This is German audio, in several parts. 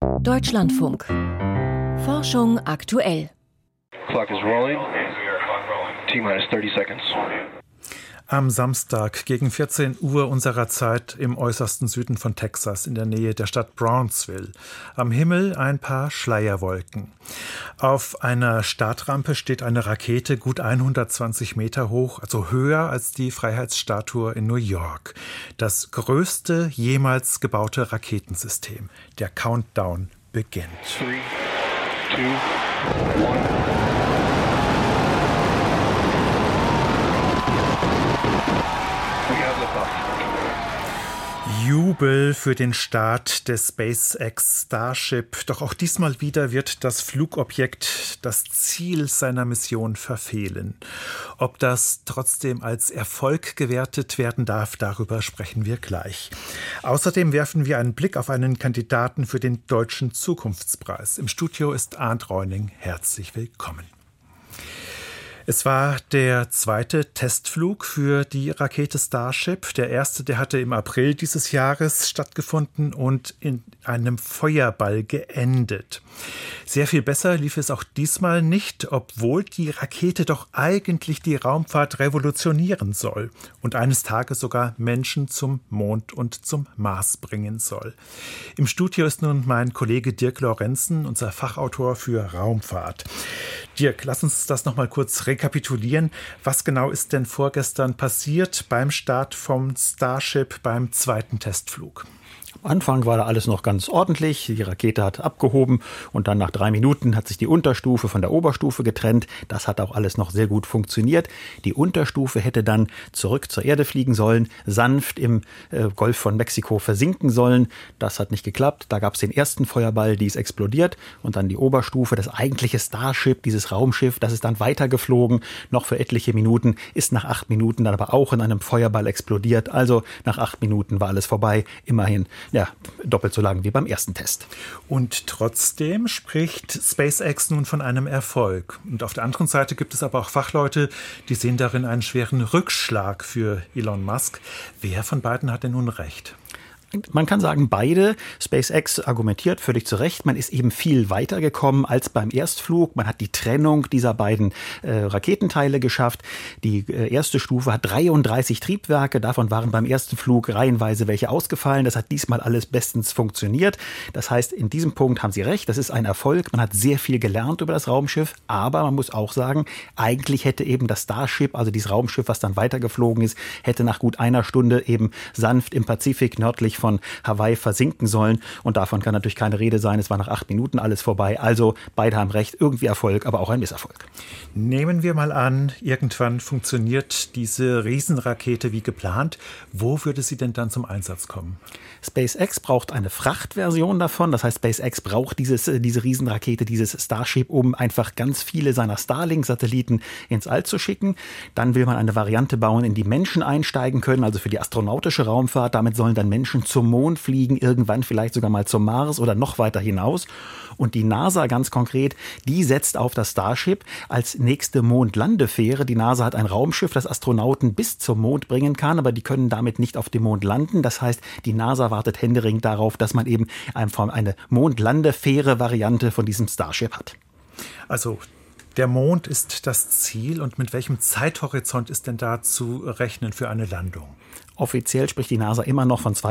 Deutschlandfunk. Forschung aktuell. Clock is rolling. T-minus 30 seconds. Am Samstag gegen 14 Uhr unserer Zeit im äußersten Süden von Texas, in der Nähe der Stadt Brownsville. Am Himmel ein paar Schleierwolken. Auf einer Startrampe steht eine Rakete gut 120 Meter hoch, also höher als die Freiheitsstatue in New York. Das größte jemals gebaute Raketensystem. Der Countdown beginnt. 3, 2, 1. Jubel für den Start des SpaceX Starship. Doch auch diesmal wieder wird das Flugobjekt das Ziel seiner Mission verfehlen. Ob das trotzdem als Erfolg gewertet werden darf, darüber sprechen wir gleich. Außerdem werfen wir einen Blick auf einen Kandidaten für den Deutschen Zukunftspreis. Im Studio ist Arndt Reuning. Herzlich willkommen. Es war der zweite Testflug für die Rakete Starship. Der erste, der hatte im April dieses Jahres stattgefunden und in einem Feuerball geendet. Sehr viel besser lief es auch diesmal nicht, obwohl die Rakete doch eigentlich die Raumfahrt revolutionieren soll und eines Tages sogar Menschen zum Mond und zum Mars bringen soll. Im Studio ist nun mein Kollege Dirk Lorenzen, unser Fachautor für Raumfahrt. Dirk, lass uns das noch mal kurz rekapitulieren. Was genau ist denn vorgestern passiert beim Start vom Starship beim zweiten Testflug? Am Anfang war da alles noch ganz ordentlich. Die Rakete hat abgehoben und dann nach 3 Minuten hat sich die Unterstufe von der Oberstufe getrennt. Das hat auch alles noch sehr gut funktioniert. Die Unterstufe hätte dann zurück zur Erde fliegen sollen, sanft im Golf von Mexiko versinken sollen. Das hat nicht geklappt. Da gab es den ersten Feuerball, die ist explodiert. Und dann die Oberstufe, das eigentliche Starship, dieses Raumschiff, das ist dann weitergeflogen. Noch für etliche Minuten, ist nach 8 Minuten dann aber auch in einem Feuerball explodiert. Also nach 8 Minuten war alles vorbei. Immerhin doppelt so lang wie beim ersten Test. Und trotzdem spricht SpaceX nun von einem Erfolg. Und auf der anderen Seite gibt es aber auch Fachleute, die sehen darin einen schweren Rückschlag für Elon Musk. Wer von beiden hat denn nun recht? Man kann sagen, beide. SpaceX argumentiert völlig zu Recht. Man ist eben viel weiter gekommen als beim Erstflug. Man hat die Trennung dieser beiden Raketenteile geschafft. Die erste Stufe hat 33 Triebwerke. Davon waren beim ersten Flug reihenweise welche ausgefallen. Das hat diesmal alles bestens funktioniert. Das heißt, in diesem Punkt haben Sie recht. Das ist ein Erfolg. Man hat sehr viel gelernt über das Raumschiff. Aber man muss auch sagen, eigentlich hätte eben das Starship, also dieses Raumschiff, was dann weitergeflogen ist, hätte nach gut einer Stunde eben sanft im Pazifik nördlich von Hawaii versinken sollen. Und davon kann natürlich keine Rede sein. Es war nach 8 Minuten alles vorbei. Also beide haben recht. Irgendwie Erfolg, aber auch ein Misserfolg. Nehmen wir mal an, irgendwann funktioniert diese Riesenrakete wie geplant. Wo würde sie denn dann zum Einsatz kommen? SpaceX braucht eine Frachtversion davon. Das heißt, SpaceX braucht diese Riesenrakete, dieses Starship, um einfach ganz viele seiner Starlink-Satelliten ins All zu schicken. Dann will man eine Variante bauen, in die Menschen einsteigen können, also für die astronautische Raumfahrt. Damit sollen dann Menschen zum Mond fliegen, irgendwann vielleicht sogar mal zum Mars oder noch weiter hinaus. Und die NASA ganz konkret, die setzt auf das Starship als nächste Mondlandefähre. Die NASA hat ein Raumschiff, das Astronauten bis zum Mond bringen kann, aber die können damit nicht auf dem Mond landen. Das heißt, die NASA wartet händeringend darauf, dass man eben eine Mondlandefähre-Variante von diesem Starship hat. Also der Mond ist das Ziel. Und mit welchem Zeithorizont ist denn da zu rechnen für eine Landung? Offiziell spricht die NASA immer noch von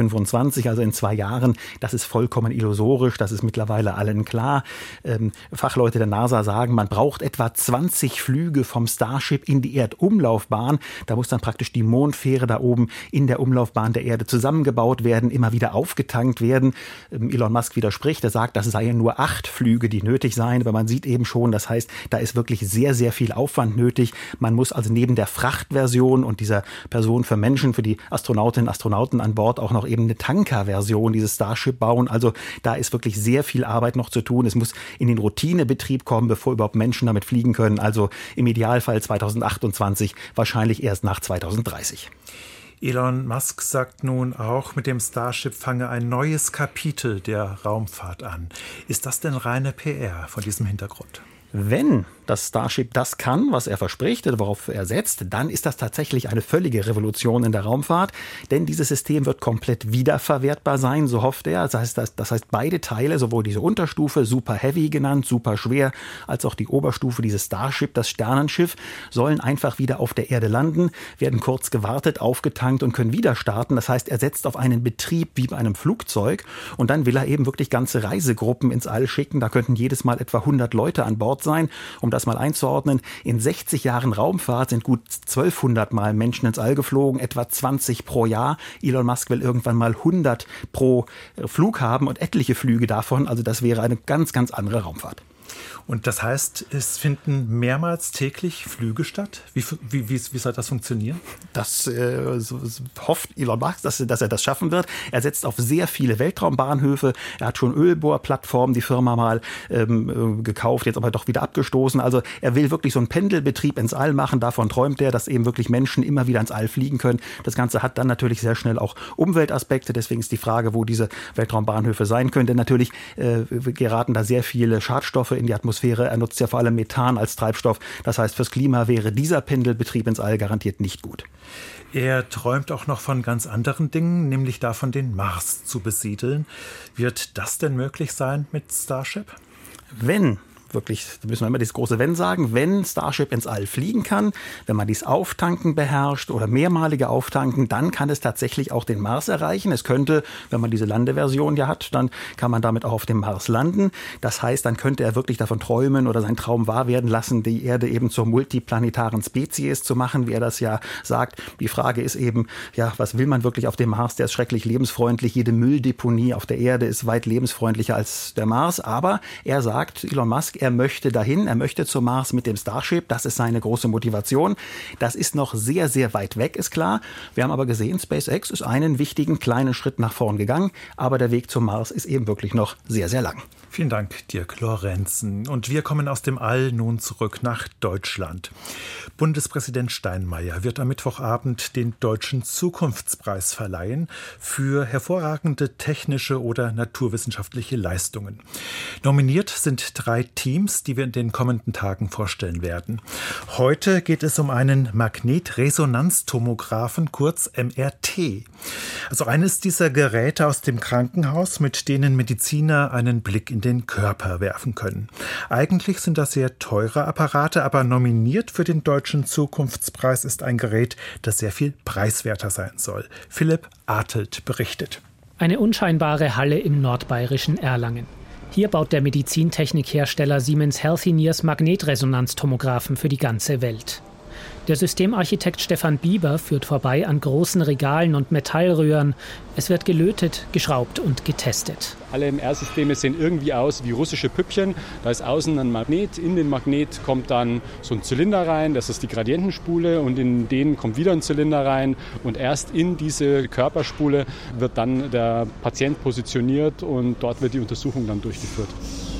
2025, also in 2 Jahren. Das ist vollkommen illusorisch, das ist mittlerweile allen klar. Fachleute der NASA sagen, man braucht etwa 20 Flüge vom Starship in die Erdumlaufbahn. Da muss dann praktisch die Mondfähre da oben in der Umlaufbahn der Erde zusammengebaut werden, immer wieder aufgetankt werden. Elon Musk widerspricht, er sagt, das seien nur 8 Flüge, die nötig seien. Aber man sieht eben schon, das heißt, da ist wirklich sehr, sehr viel Aufwand nötig. Man muss also neben der Frachtversion und dieser Person für Menschen, für die Astronautinnen und Astronauten an Bord auch noch eben eine Tankerversion dieses Starship bauen. Also da ist wirklich sehr viel Arbeit noch zu tun. Es muss in den Routinebetrieb kommen, bevor überhaupt Menschen damit fliegen können. Also im Idealfall 2028, wahrscheinlich erst nach 2030. Elon Musk sagt nun auch, mit dem Starship fange ein neues Kapitel der Raumfahrt an. Ist das denn reine PR vor diesem Hintergrund? Wenn das Starship das kann, was er verspricht oder worauf er setzt, dann ist das tatsächlich eine völlige Revolution in der Raumfahrt, denn dieses System wird komplett wiederverwertbar sein, so hofft er. Das heißt, beide Teile, sowohl diese Unterstufe, Super Heavy genannt, super schwer, als auch die Oberstufe, dieses Starship, das Sternenschiff, sollen einfach wieder auf der Erde landen, werden kurz gewartet, aufgetankt und können wieder starten. Das heißt, er setzt auf einen Betrieb wie bei einem Flugzeug und dann will er eben wirklich ganze Reisegruppen ins All schicken. Da könnten jedes Mal etwa 100 Leute an Bord sein. Um das mal einzuordnen, in 60 Jahren Raumfahrt sind gut 1200 Mal Menschen ins All geflogen, etwa 20 pro Jahr. Elon Musk will irgendwann mal 100 pro Flug haben und etliche Flüge davon. Also das wäre eine ganz, ganz andere Raumfahrt. Und das heißt, es finden mehrmals täglich Flüge statt? Wie soll das funktionieren? Das hofft Elon Musk, dass er das schaffen wird. Er setzt auf sehr viele Weltraumbahnhöfe. Er hat schon Ölbohrplattformen, die Firma mal gekauft, jetzt aber doch wieder abgestoßen. Also er will wirklich so einen Pendelbetrieb ins All machen. Davon träumt er, dass eben wirklich Menschen immer wieder ins All fliegen können. Das Ganze hat dann natürlich sehr schnell auch Umweltaspekte. Deswegen ist die Frage, wo diese Weltraumbahnhöfe sein können. Denn natürlich geraten da sehr viele Schadstoffe in die Atmosphäre. Er nutzt ja vor allem Methan als Treibstoff. Das heißt, fürs Klima wäre dieser Pendelbetrieb ins All garantiert nicht gut. Er träumt auch noch von ganz anderen Dingen, nämlich davon, den Mars zu besiedeln. Wird das denn möglich sein mit Starship? Wenn wirklich, da müssen wir immer dieses große Wenn sagen, wenn Starship ins All fliegen kann, wenn man dies Auftanken beherrscht oder mehrmalige Auftanken, dann kann es tatsächlich auch den Mars erreichen. Es könnte, wenn man diese Landeversion ja hat, dann kann man damit auch auf dem Mars landen. Das heißt, dann könnte er wirklich davon träumen oder seinen Traum wahr werden lassen, die Erde eben zur multiplanetaren Spezies zu machen, wie er das ja sagt. Die Frage ist eben, ja, was will man wirklich auf dem Mars? Der ist schrecklich lebensfreundlich. Jede Mülldeponie auf der Erde ist weit lebensfreundlicher als der Mars. Aber er sagt, Elon Musk, er möchte dahin, er möchte zum Mars mit dem Starship. Das ist seine große Motivation. Das ist noch sehr, sehr weit weg, ist klar. Wir haben aber gesehen, SpaceX ist einen wichtigen kleinen Schritt nach vorn gegangen. Aber der Weg zum Mars ist eben wirklich noch sehr, sehr lang. Vielen Dank, Dirk Lorenzen. Und wir kommen aus dem All nun zurück nach Deutschland. Bundespräsident Steinmeier wird am Mittwochabend den Deutschen Zukunftspreis verleihen für hervorragende technische oder naturwissenschaftliche Leistungen. Nominiert sind 3 Teams, die wir in den kommenden Tagen vorstellen werden. Heute geht es um einen Magnetresonanztomographen, kurz MRT. Also eines dieser Geräte aus dem Krankenhaus, mit denen Mediziner einen Blick in den Körper werfen können. Eigentlich sind das sehr teure Apparate, aber nominiert für den Deutschen Zukunftspreis ist ein Gerät, das sehr viel preiswerter sein soll. Philipp Artelt berichtet. Eine unscheinbare Halle im nordbayerischen Erlangen. Hier baut der Medizintechnikhersteller Siemens Healthineers Magnetresonanztomographen für die ganze Welt. Der Systemarchitekt Stefan Bieber führt vorbei an großen Regalen und Metallröhren. Es wird gelötet, geschraubt und getestet. Alle MR-Systeme sehen irgendwie aus wie russische Püppchen. Da ist außen ein Magnet, in den Magnet kommt dann so ein Zylinder rein, das ist die Gradientenspule, und in den kommt wieder ein Zylinder rein. Und erst in diese Körperspule wird dann der Patient positioniert und dort wird die Untersuchung dann durchgeführt.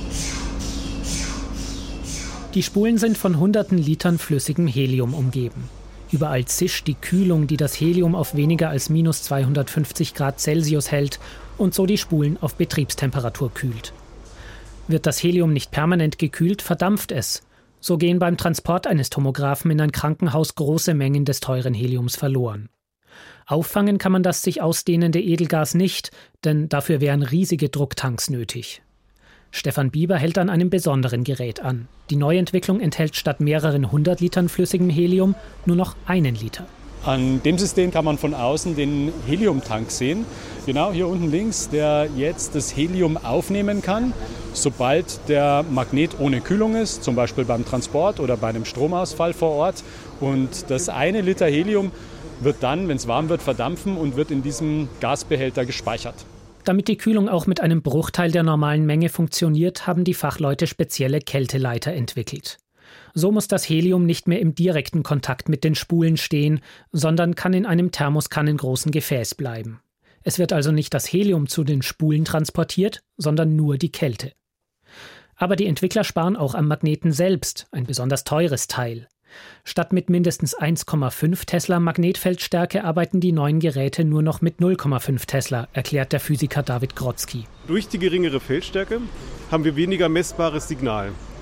Die Spulen sind von hunderten Litern flüssigem Helium umgeben. Überall zischt die Kühlung, die das Helium auf weniger als minus 250 Grad Celsius hält und so die Spulen auf Betriebstemperatur kühlt. Wird das Helium nicht permanent gekühlt, verdampft es. So gehen beim Transport eines Tomographen in ein Krankenhaus große Mengen des teuren Heliums verloren. Auffangen kann man das sich ausdehnende Edelgas nicht, denn dafür wären riesige Drucktanks nötig. Stefan Bieber hält an einem besonderen Gerät an. Die Neuentwicklung enthält statt mehreren 100 Litern flüssigem Helium nur noch 1 Liter. An dem System kann man von außen den Heliumtank sehen. Genau hier unten links, der jetzt das Helium aufnehmen kann, sobald der Magnet ohne Kühlung ist, zum Beispiel beim Transport oder bei einem Stromausfall vor Ort. Und das 1 Liter Helium wird dann, wenn es warm wird, verdampfen und wird in diesem Gasbehälter gespeichert. Damit die Kühlung auch mit einem Bruchteil der normalen Menge funktioniert, haben die Fachleute spezielle Kälteleiter entwickelt. So muss das Helium nicht mehr im direkten Kontakt mit den Spulen stehen, sondern kann in einem thermoskannengroßen Gefäß bleiben. Es wird also nicht das Helium zu den Spulen transportiert, sondern nur die Kälte. Aber die Entwickler sparen auch am Magneten selbst, ein besonders teures Teil. Statt mit mindestens 1,5 Tesla Magnetfeldstärke arbeiten die neuen Geräte nur noch mit 0,5 Tesla, erklärt der Physiker David Grodzki. Durch die geringere Feldstärke haben wir weniger messbares Signal.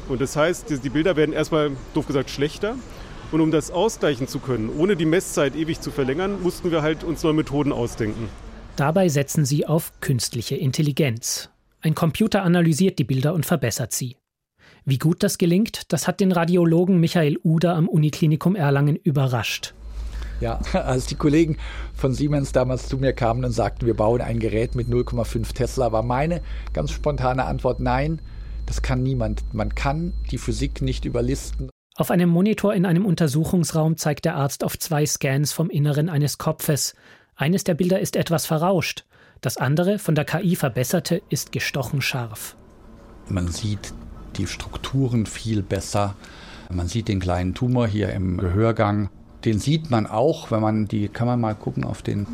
Und das heißt, die Bilder werden erstmal, doof gesagt, schlechter. Und um das ausgleichen zu können, ohne die Messzeit ewig zu verlängern, mussten wir halt uns neue Methoden ausdenken. Dabei setzen sie auf künstliche Intelligenz. Ein Computer analysiert die Bilder und verbessert sie. Wie gut das gelingt, das hat den Radiologen Michael Uder am Uniklinikum Erlangen überrascht. Ja, als die Kollegen von Siemens damals zu mir kamen und sagten, wir bauen ein Gerät mit 0,5 Tesla, war meine ganz spontane Antwort, nein, das kann niemand. Man kann die Physik nicht überlisten. Auf einem Monitor in einem Untersuchungsraum zeigt der Arzt auf 2 Scans vom Inneren eines Kopfes. Eines der Bilder ist etwas verrauscht. Das andere, von der KI verbesserte, ist gestochen scharf. Man sieht die Strukturen viel besser. Man sieht den kleinen Tumor hier im Gehörgang. Den sieht man auch, wenn man kann man mal gucken auf den,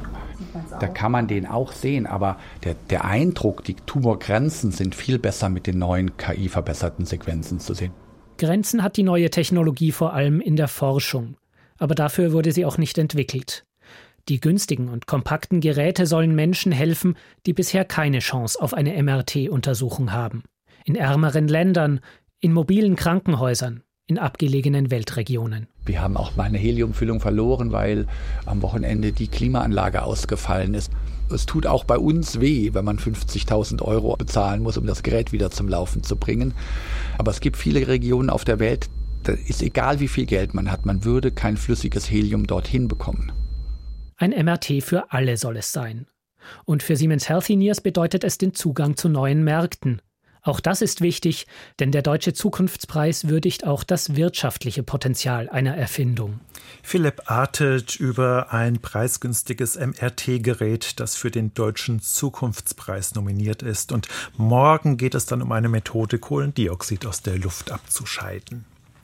da kann man den auch sehen. Aber der Eindruck, die Tumorgrenzen sind viel besser mit den neuen KI-verbesserten Sequenzen zu sehen. Grenzen hat die neue Technologie vor allem in der Forschung. Aber dafür wurde sie auch nicht entwickelt. Die günstigen und kompakten Geräte sollen Menschen helfen, die bisher keine Chance auf eine MRT-Untersuchung haben. In ärmeren Ländern, in mobilen Krankenhäusern, in abgelegenen Weltregionen. Wir haben auch mal eine Heliumfüllung verloren, weil am Wochenende die Klimaanlage ausgefallen ist. Es tut auch bei uns weh, wenn man 50.000 € bezahlen muss, um das Gerät wieder zum Laufen zu bringen. Aber es gibt viele Regionen auf der Welt, da ist egal, wie viel Geld man hat, man würde kein flüssiges Helium dorthin bekommen. Ein MRT für alle soll es sein. Und für Siemens Healthineers bedeutet es den Zugang zu neuen Märkten. Auch das ist wichtig, denn der Deutsche Zukunftspreis würdigt auch das wirtschaftliche Potenzial einer Erfindung. Philipp Artet über ein preisgünstiges MRT-Gerät, das für den Deutschen Zukunftspreis nominiert ist. Und morgen geht es dann um eine Methode, Kohlendioxid aus der Luft abzuscheiden.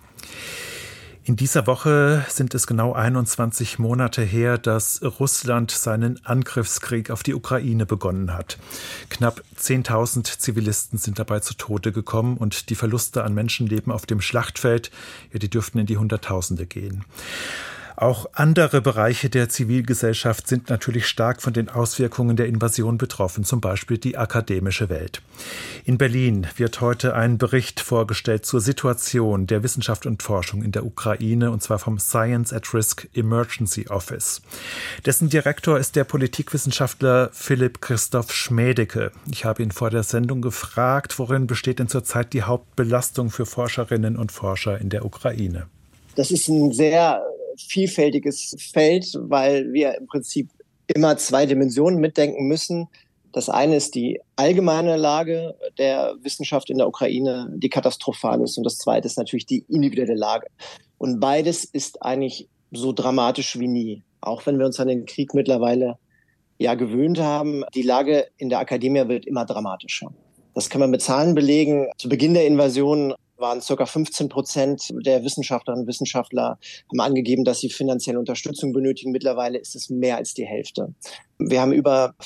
In dieser Woche sind es genau 21 Monate her, dass Russland seinen Angriffskrieg auf die Ukraine begonnen hat. Knapp 10.000 Zivilisten sind dabei zu Tode gekommen und die Verluste an Menschenleben auf dem Schlachtfeld, ja, die dürften in die Hunderttausende gehen. Auch andere Bereiche der Zivilgesellschaft sind natürlich stark von den Auswirkungen der Invasion betroffen, zum Beispiel die akademische Welt. In Berlin wird heute ein Bericht vorgestellt zur Situation der Wissenschaft und Forschung in der Ukraine, und zwar vom Science at Risk Emergency Office. Dessen Direktor ist der Politikwissenschaftler Philipp Christoph Schmädecke. Ich habe ihn vor der Sendung gefragt, worin besteht denn zurzeit die Hauptbelastung für Forscherinnen und Forscher in der Ukraine? Das ist ein sehr vielfältiges Feld, weil wir im Prinzip immer 2 Dimensionen mitdenken müssen. Das eine ist die allgemeine Lage der Wissenschaft in der Ukraine, die katastrophal ist. Und das zweite ist natürlich die individuelle Lage. Und beides ist eigentlich so dramatisch wie nie. Auch wenn wir uns an den Krieg mittlerweile ja gewöhnt haben, die Lage in der Akademie wird immer dramatischer. Das kann man mit Zahlen belegen. Zu Beginn der Invasion waren ca. 15% der Wissenschaftlerinnen und Wissenschaftler haben angegeben, dass sie finanzielle Unterstützung benötigen. Mittlerweile ist es mehr als die Hälfte. Wir haben über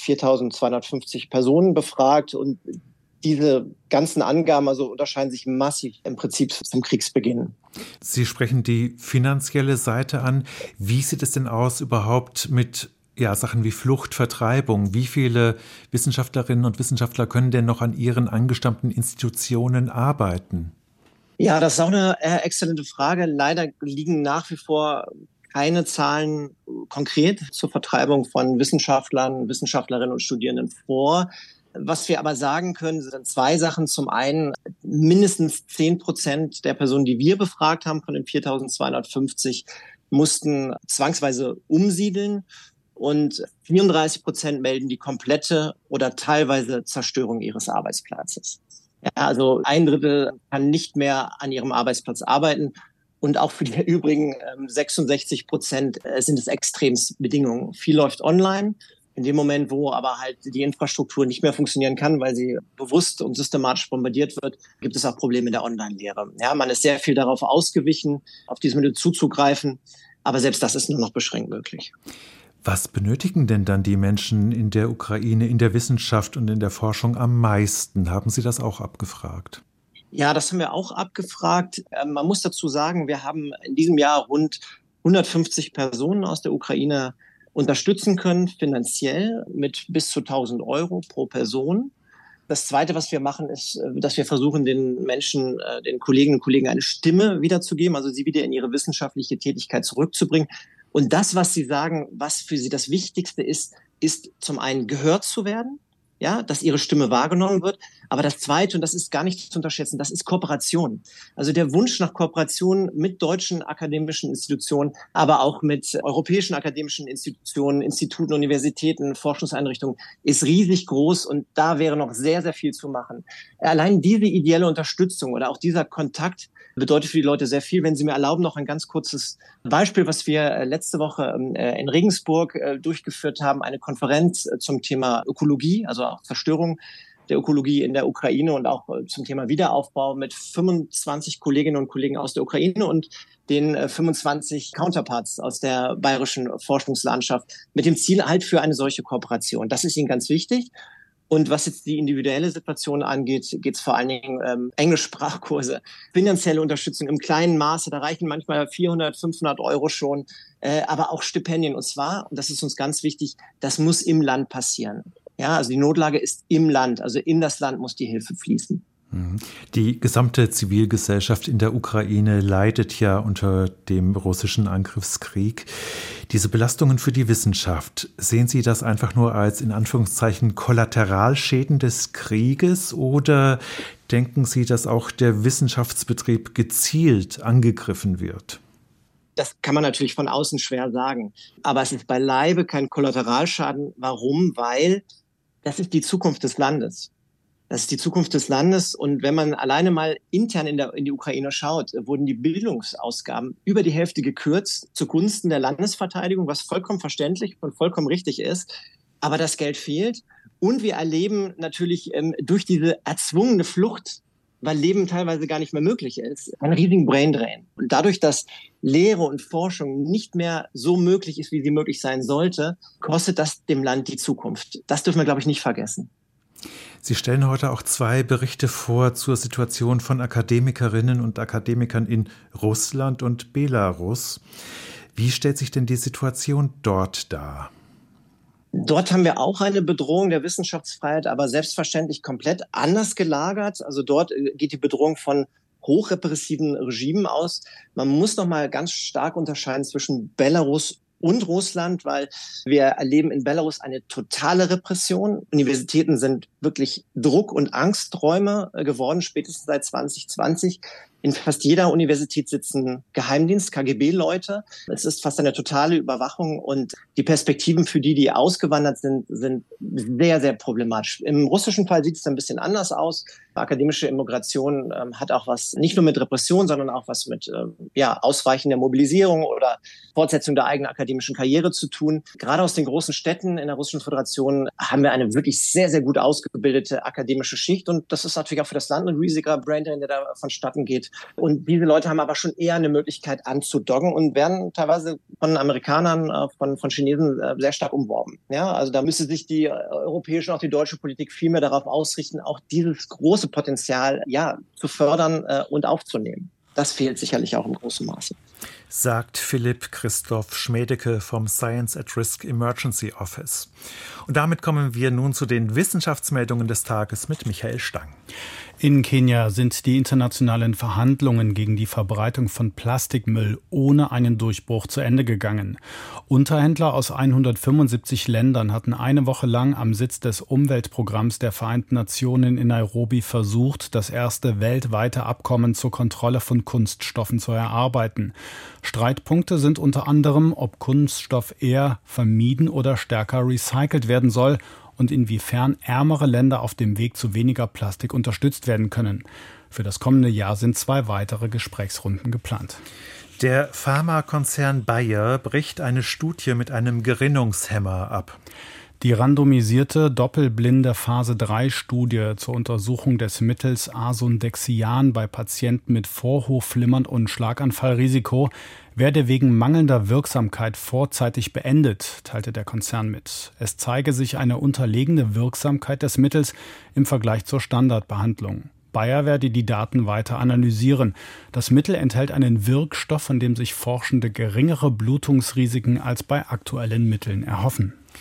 4.250 Personen befragt und diese ganzen Angaben unterscheiden sich massiv im Prinzip vom Kriegsbeginn. Sie sprechen die finanzielle Seite an. Wie sieht es denn aus überhaupt mit Sachen wie Flucht, Vertreibung? Wie viele Wissenschaftlerinnen und Wissenschaftler können denn noch an ihren angestammten Institutionen arbeiten? Ja, das ist auch eine exzellente Frage. Leider liegen nach wie vor keine Zahlen konkret zur Vertreibung von Wissenschaftlern, Wissenschaftlerinnen und Studierenden vor. Was wir aber sagen können, sind 2 Sachen. Zum einen, mindestens 10% der Personen, die wir befragt haben, von den 4.250, mussten zwangsweise umsiedeln. Und 34% melden die komplette oder teilweise Zerstörung ihres Arbeitsplatzes. Ja, also 1/3 kann nicht mehr an ihrem Arbeitsplatz arbeiten. Und auch für die übrigen 66% sind es Extremsbedingungen. Viel läuft online. In dem Moment, wo aber halt die Infrastruktur nicht mehr funktionieren kann, weil sie bewusst und systematisch bombardiert wird, gibt es auch Probleme in der Online-Lehre. Ja, man ist sehr viel darauf ausgewichen, auf diese Mittel zuzugreifen. Aber selbst das ist nur noch beschränkt möglich. Was benötigen denn dann die Menschen in der Ukraine, in der Wissenschaft und in der Forschung am meisten? Haben Sie das auch abgefragt? Ja, das haben wir auch abgefragt. Man muss dazu sagen, wir haben in diesem Jahr rund 150 Personen aus der Ukraine unterstützen können, finanziell mit bis zu 1.000 € pro Person. Das Zweite, was wir machen, ist, dass wir versuchen, den Menschen, den Kolleginnen und Kollegen eine Stimme wiederzugeben, also sie wieder in ihre wissenschaftliche Tätigkeit zurückzubringen. Und das, was sie sagen, was für sie das Wichtigste ist zum einen gehört zu werden, ja, dass ihre Stimme wahrgenommen wird. Aber das Zweite, und das ist gar nicht zu unterschätzen, das ist Kooperation. Also der Wunsch nach Kooperation mit deutschen akademischen Institutionen, aber auch mit europäischen akademischen Institutionen, Instituten, Universitäten, Forschungseinrichtungen ist riesig groß und da wäre noch sehr, sehr viel zu machen. Allein diese ideelle Unterstützung oder auch dieser Kontakt bedeutet für die Leute sehr viel. Wenn Sie mir erlauben, noch ein ganz kurzes Beispiel, was wir letzte Woche in Regensburg durchgeführt haben, eine Konferenz zum Thema Ökologie, also auch Zerstörung der Ökologie in der Ukraine und auch zum Thema Wiederaufbau mit 25 Kolleginnen und Kollegen aus der Ukraine und den 25 Counterparts aus der bayerischen Forschungslandschaft mit dem Ziel halt für eine solche Kooperation. Das ist ihnen ganz wichtig. Und was jetzt die individuelle Situation angeht, geht es vor allen Dingen Englischsprachkurse, finanzielle Unterstützung im kleinen Maße. Da reichen manchmal 400, 500 Euro schon, aber auch Stipendien. Und zwar, und das ist uns ganz wichtig, das muss im Land passieren. Ja, also die Notlage ist im Land, also in das Land muss die Hilfe fließen. Die gesamte Zivilgesellschaft in der Ukraine leidet ja unter dem russischen Angriffskrieg. Diese Belastungen für die Wissenschaft, sehen Sie das einfach nur als in Anführungszeichen Kollateralschäden des Krieges oder denken Sie, dass auch der Wissenschaftsbetrieb gezielt angegriffen wird? Das kann man natürlich von außen schwer sagen. Aber es ist beileibe kein Kollateralschaden. Warum? Weil das ist die Zukunft des Landes. Das ist die Zukunft des Landes. Und wenn man alleine mal intern in die Ukraine schaut, wurden die Bildungsausgaben über die Hälfte gekürzt zugunsten der Landesverteidigung, was vollkommen verständlich und vollkommen richtig ist. Aber das Geld fehlt. Und wir erleben natürlich durch diese erzwungene Flucht, weil Leben teilweise gar nicht mehr möglich ist, einen riesigen Braindrain. Und dadurch, dass Lehre und Forschung nicht mehr so möglich ist, wie sie möglich sein sollte, kostet das dem Land die Zukunft. Das dürfen wir, glaube ich, nicht vergessen. Sie stellen heute auch 2 Berichte vor zur Situation von Akademikerinnen und Akademikern in Russland und Belarus. Wie stellt sich denn die Situation dort dar? Dort haben wir auch eine Bedrohung der Wissenschaftsfreiheit, aber selbstverständlich komplett anders gelagert. Also dort geht die Bedrohung von hochrepressiven Regimen aus. Man muss noch mal ganz stark unterscheiden zwischen Belarus und Russland, weil wir erleben in Belarus eine totale Repression. Universitäten sind wirklich Druck- und Angsträume geworden, spätestens seit 2020. In fast jeder Universität sitzen Geheimdienst, KGB-Leute. Es ist fast eine totale Überwachung und die Perspektiven für die ausgewandert sind sehr, sehr problematisch. Im russischen Fall sieht es ein bisschen anders aus. Akademische Immigration hat auch was, nicht nur mit Repression, sondern auch was mit Ausweichen der Mobilisierung oder Fortsetzung der eigenen akademischen Karriere zu tun. Gerade aus den großen Städten in der Russischen Föderation haben wir eine wirklich sehr, sehr gut ausgebildete akademische Schicht und das ist natürlich auch für das Land ein riesiger Braindrain, der da vonstatten geht. Und diese Leute haben aber schon eher eine Möglichkeit anzudocken und werden teilweise von Amerikanern, von Chinesen sehr stark umworben. Ja, also da müsste sich die europäische und auch die deutsche Politik viel mehr darauf ausrichten, auch dieses große Potenzial zu fördern und aufzunehmen. Das fehlt sicherlich auch im großen Maße. Sagt Philipp Christoph Schmedeke vom Science at Risk Emergency Office. Und damit kommen wir nun zu den Wissenschaftsmeldungen des Tages mit Michael Stang. In Kenia sind die internationalen Verhandlungen gegen die Verbreitung von Plastikmüll ohne einen Durchbruch zu Ende gegangen. Unterhändler aus 175 Ländern hatten eine Woche lang am Sitz des Umweltprogramms der Vereinten Nationen in Nairobi versucht, das erste weltweite Abkommen zur Kontrolle von Kunststoffen zu erarbeiten. Streitpunkte sind unter anderem, ob Kunststoff eher vermieden oder stärker recycelt werden soll und inwiefern ärmere Länder auf dem Weg zu weniger Plastik unterstützt werden können. Für das kommende Jahr sind 2 weitere Gesprächsrunden geplant. Der Pharmakonzern Bayer bricht eine Studie mit einem Gerinnungshemmer ab. Die randomisierte, doppelblinde Phase-3-Studie zur Untersuchung des Mittels Asundexian bei Patienten mit Vorhofflimmern und Schlaganfallrisiko werde wegen mangelnder Wirksamkeit vorzeitig beendet, teilte der Konzern mit. Es zeige sich eine unterlegene Wirksamkeit des Mittels im Vergleich zur Standardbehandlung. Bayer werde die Daten weiter analysieren. Das Mittel enthält einen Wirkstoff, von dem sich Forschende geringere Blutungsrisiken als bei aktuellen Mitteln erhoffen.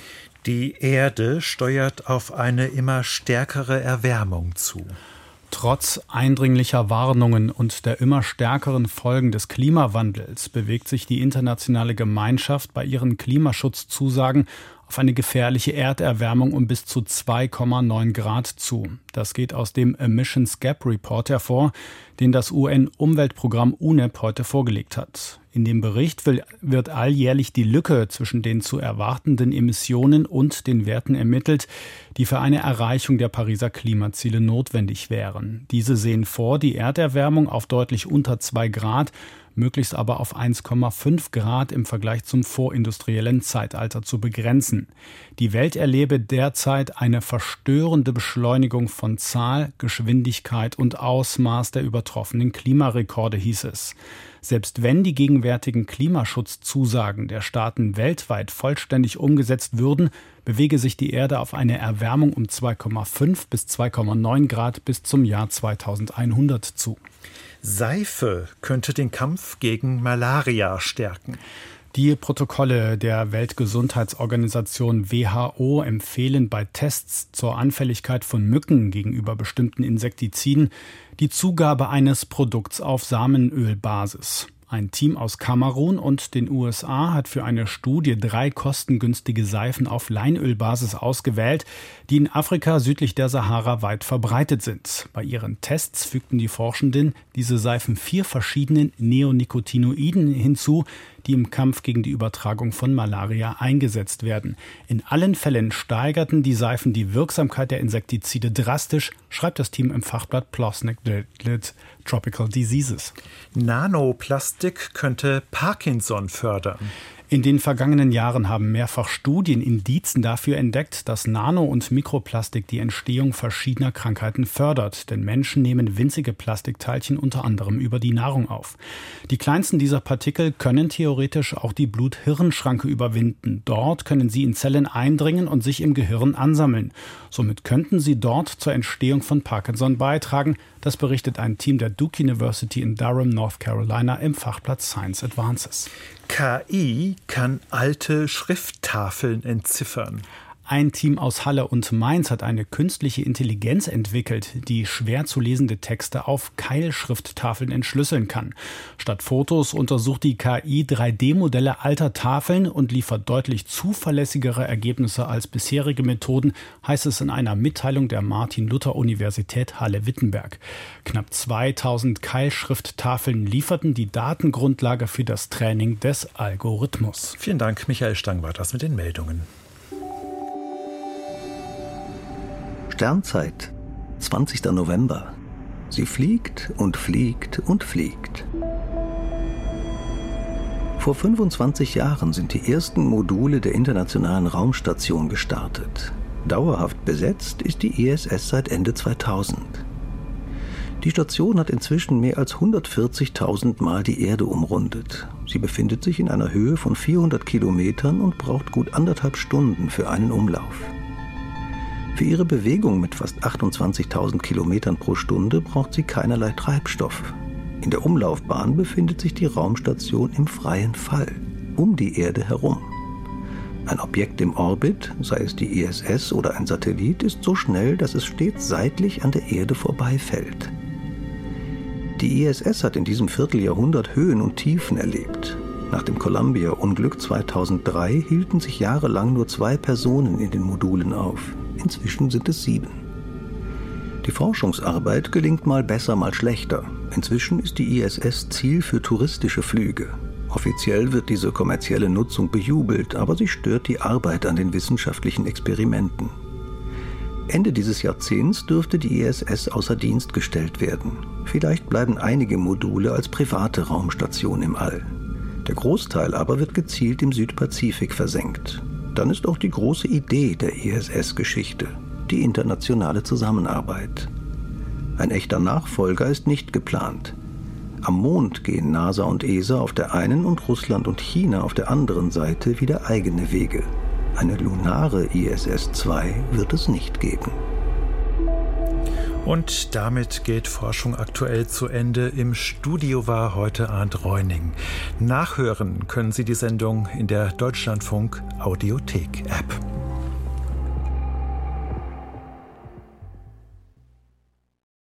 Die Erde steuert auf eine immer stärkere Erwärmung zu. Trotz eindringlicher Warnungen und der immer stärkeren Folgen des Klimawandels bewegt sich die internationale Gemeinschaft bei ihren Klimaschutzzusagen auf eine gefährliche Erderwärmung um bis zu 2,9 Grad zu. Das geht aus dem Emissions Gap Report hervor, den das UN-Umweltprogramm UNEP heute vorgelegt hat. In dem Bericht wird alljährlich die Lücke zwischen den zu erwartenden Emissionen und den Werten ermittelt, die für eine Erreichung der Pariser Klimaziele notwendig wären. Diese sehen vor, die Erderwärmung auf deutlich unter 2 Grad, möglichst aber auf 1,5 Grad im Vergleich zum vorindustriellen Zeitalter zu begrenzen. Die Welt erlebe derzeit eine verstörende Beschleunigung von Zahl, Geschwindigkeit und Ausmaß der übertroffenen Klimarekorde, hieß es. Selbst wenn die gegenwärtigen Klimaschutzzusagen der Staaten weltweit vollständig umgesetzt würden, bewege sich die Erde auf eine Erwärmung um 2,5 bis 2,9 Grad bis zum Jahr 2100 zu. Seife könnte den Kampf gegen Malaria stärken. Die Protokolle der Weltgesundheitsorganisation WHO empfehlen bei Tests zur Anfälligkeit von Mücken gegenüber bestimmten Insektiziden die Zugabe eines Produkts auf Samenölbasis. Ein Team aus Kamerun und den USA hat für eine Studie 3 kostengünstige Seifen auf Leinölbasis ausgewählt, die in Afrika südlich der Sahara weit verbreitet sind. Bei ihren Tests fügten die Forschenden diese Seifen 4 verschiedenen Neonicotinoiden hinzu, die im Kampf gegen die Übertragung von Malaria eingesetzt werden. In allen Fällen steigerten die Seifen die Wirksamkeit der Insektizide drastisch, schreibt das Team im Fachblatt PLOS Neglected Tropical Diseases. Nanoplastik könnte Parkinson fördern. In den vergangenen Jahren haben mehrfach Studien Indizen dafür entdeckt, dass Nano- und Mikroplastik die Entstehung verschiedener Krankheiten fördert, denn Menschen nehmen winzige Plastikteilchen unter anderem über die Nahrung auf. Die kleinsten dieser Partikel können theoretisch auch die Blut-Hirn-Schranke überwinden. Dort können sie in Zellen eindringen und sich im Gehirn ansammeln. Somit könnten sie dort zur Entstehung von Parkinson beitragen. Das berichtet ein Team der Duke University in Durham, North Carolina im Fachblatt Science Advances. KI kann alte Schrifttafeln entziffern. Ein Team aus Halle und Mainz hat eine künstliche Intelligenz entwickelt, die schwer zu lesende Texte auf Keilschrifttafeln entschlüsseln kann. Statt Fotos untersucht die KI 3D-Modelle alter Tafeln und liefert deutlich zuverlässigere Ergebnisse als bisherige Methoden, heißt es in einer Mitteilung der Martin-Luther-Universität Halle-Wittenberg. Knapp 2000 Keilschrifttafeln lieferten die Datengrundlage für das Training des Algorithmus. Vielen Dank, Michael Stang war das mit den Meldungen. Sternzeit, 20. November. Sie fliegt und fliegt und fliegt. Vor 25 Jahren sind die ersten Module der Internationalen Raumstation gestartet. Dauerhaft besetzt ist die ISS seit Ende 2000. Die Station hat inzwischen mehr als 140.000 Mal die Erde umrundet. Sie befindet sich in einer Höhe von 400 Kilometern und braucht gut 1,5 Stunden für einen Umlauf. Für ihre Bewegung mit fast 28.000 Kilometern pro Stunde braucht sie keinerlei Treibstoff. In der Umlaufbahn befindet sich die Raumstation im freien Fall, um die Erde herum. Ein Objekt im Orbit, sei es die ISS oder ein Satellit, ist so schnell, dass es stets seitlich an der Erde vorbeifällt. Die ISS hat in diesem Vierteljahrhundert Höhen und Tiefen erlebt. Nach dem Columbia-Unglück 2003 hielten sich jahrelang nur 2 Personen in den Modulen auf. Inzwischen sind es 7. Die Forschungsarbeit gelingt mal besser, mal schlechter. Inzwischen ist die ISS Ziel für touristische Flüge. Offiziell wird diese kommerzielle Nutzung bejubelt, aber sie stört die Arbeit an den wissenschaftlichen Experimenten. Ende dieses Jahrzehnts dürfte die ISS außer Dienst gestellt werden. Vielleicht bleiben einige Module als private Raumstation im All. Der Großteil aber wird gezielt im Südpazifik versenkt. Dann ist auch die große Idee der ISS-Geschichte, die internationale Zusammenarbeit. Ein echter Nachfolger ist nicht geplant. Am Mond gehen NASA und ESA auf der einen und Russland und China auf der anderen Seite wieder eigene Wege. Eine lunare ISS-2 wird es nicht geben. Und damit geht Forschung aktuell zu Ende. Im Studio war heute Arndt Reuning. Nachhören können Sie die Sendung in der Deutschlandfunk Audiothek-App.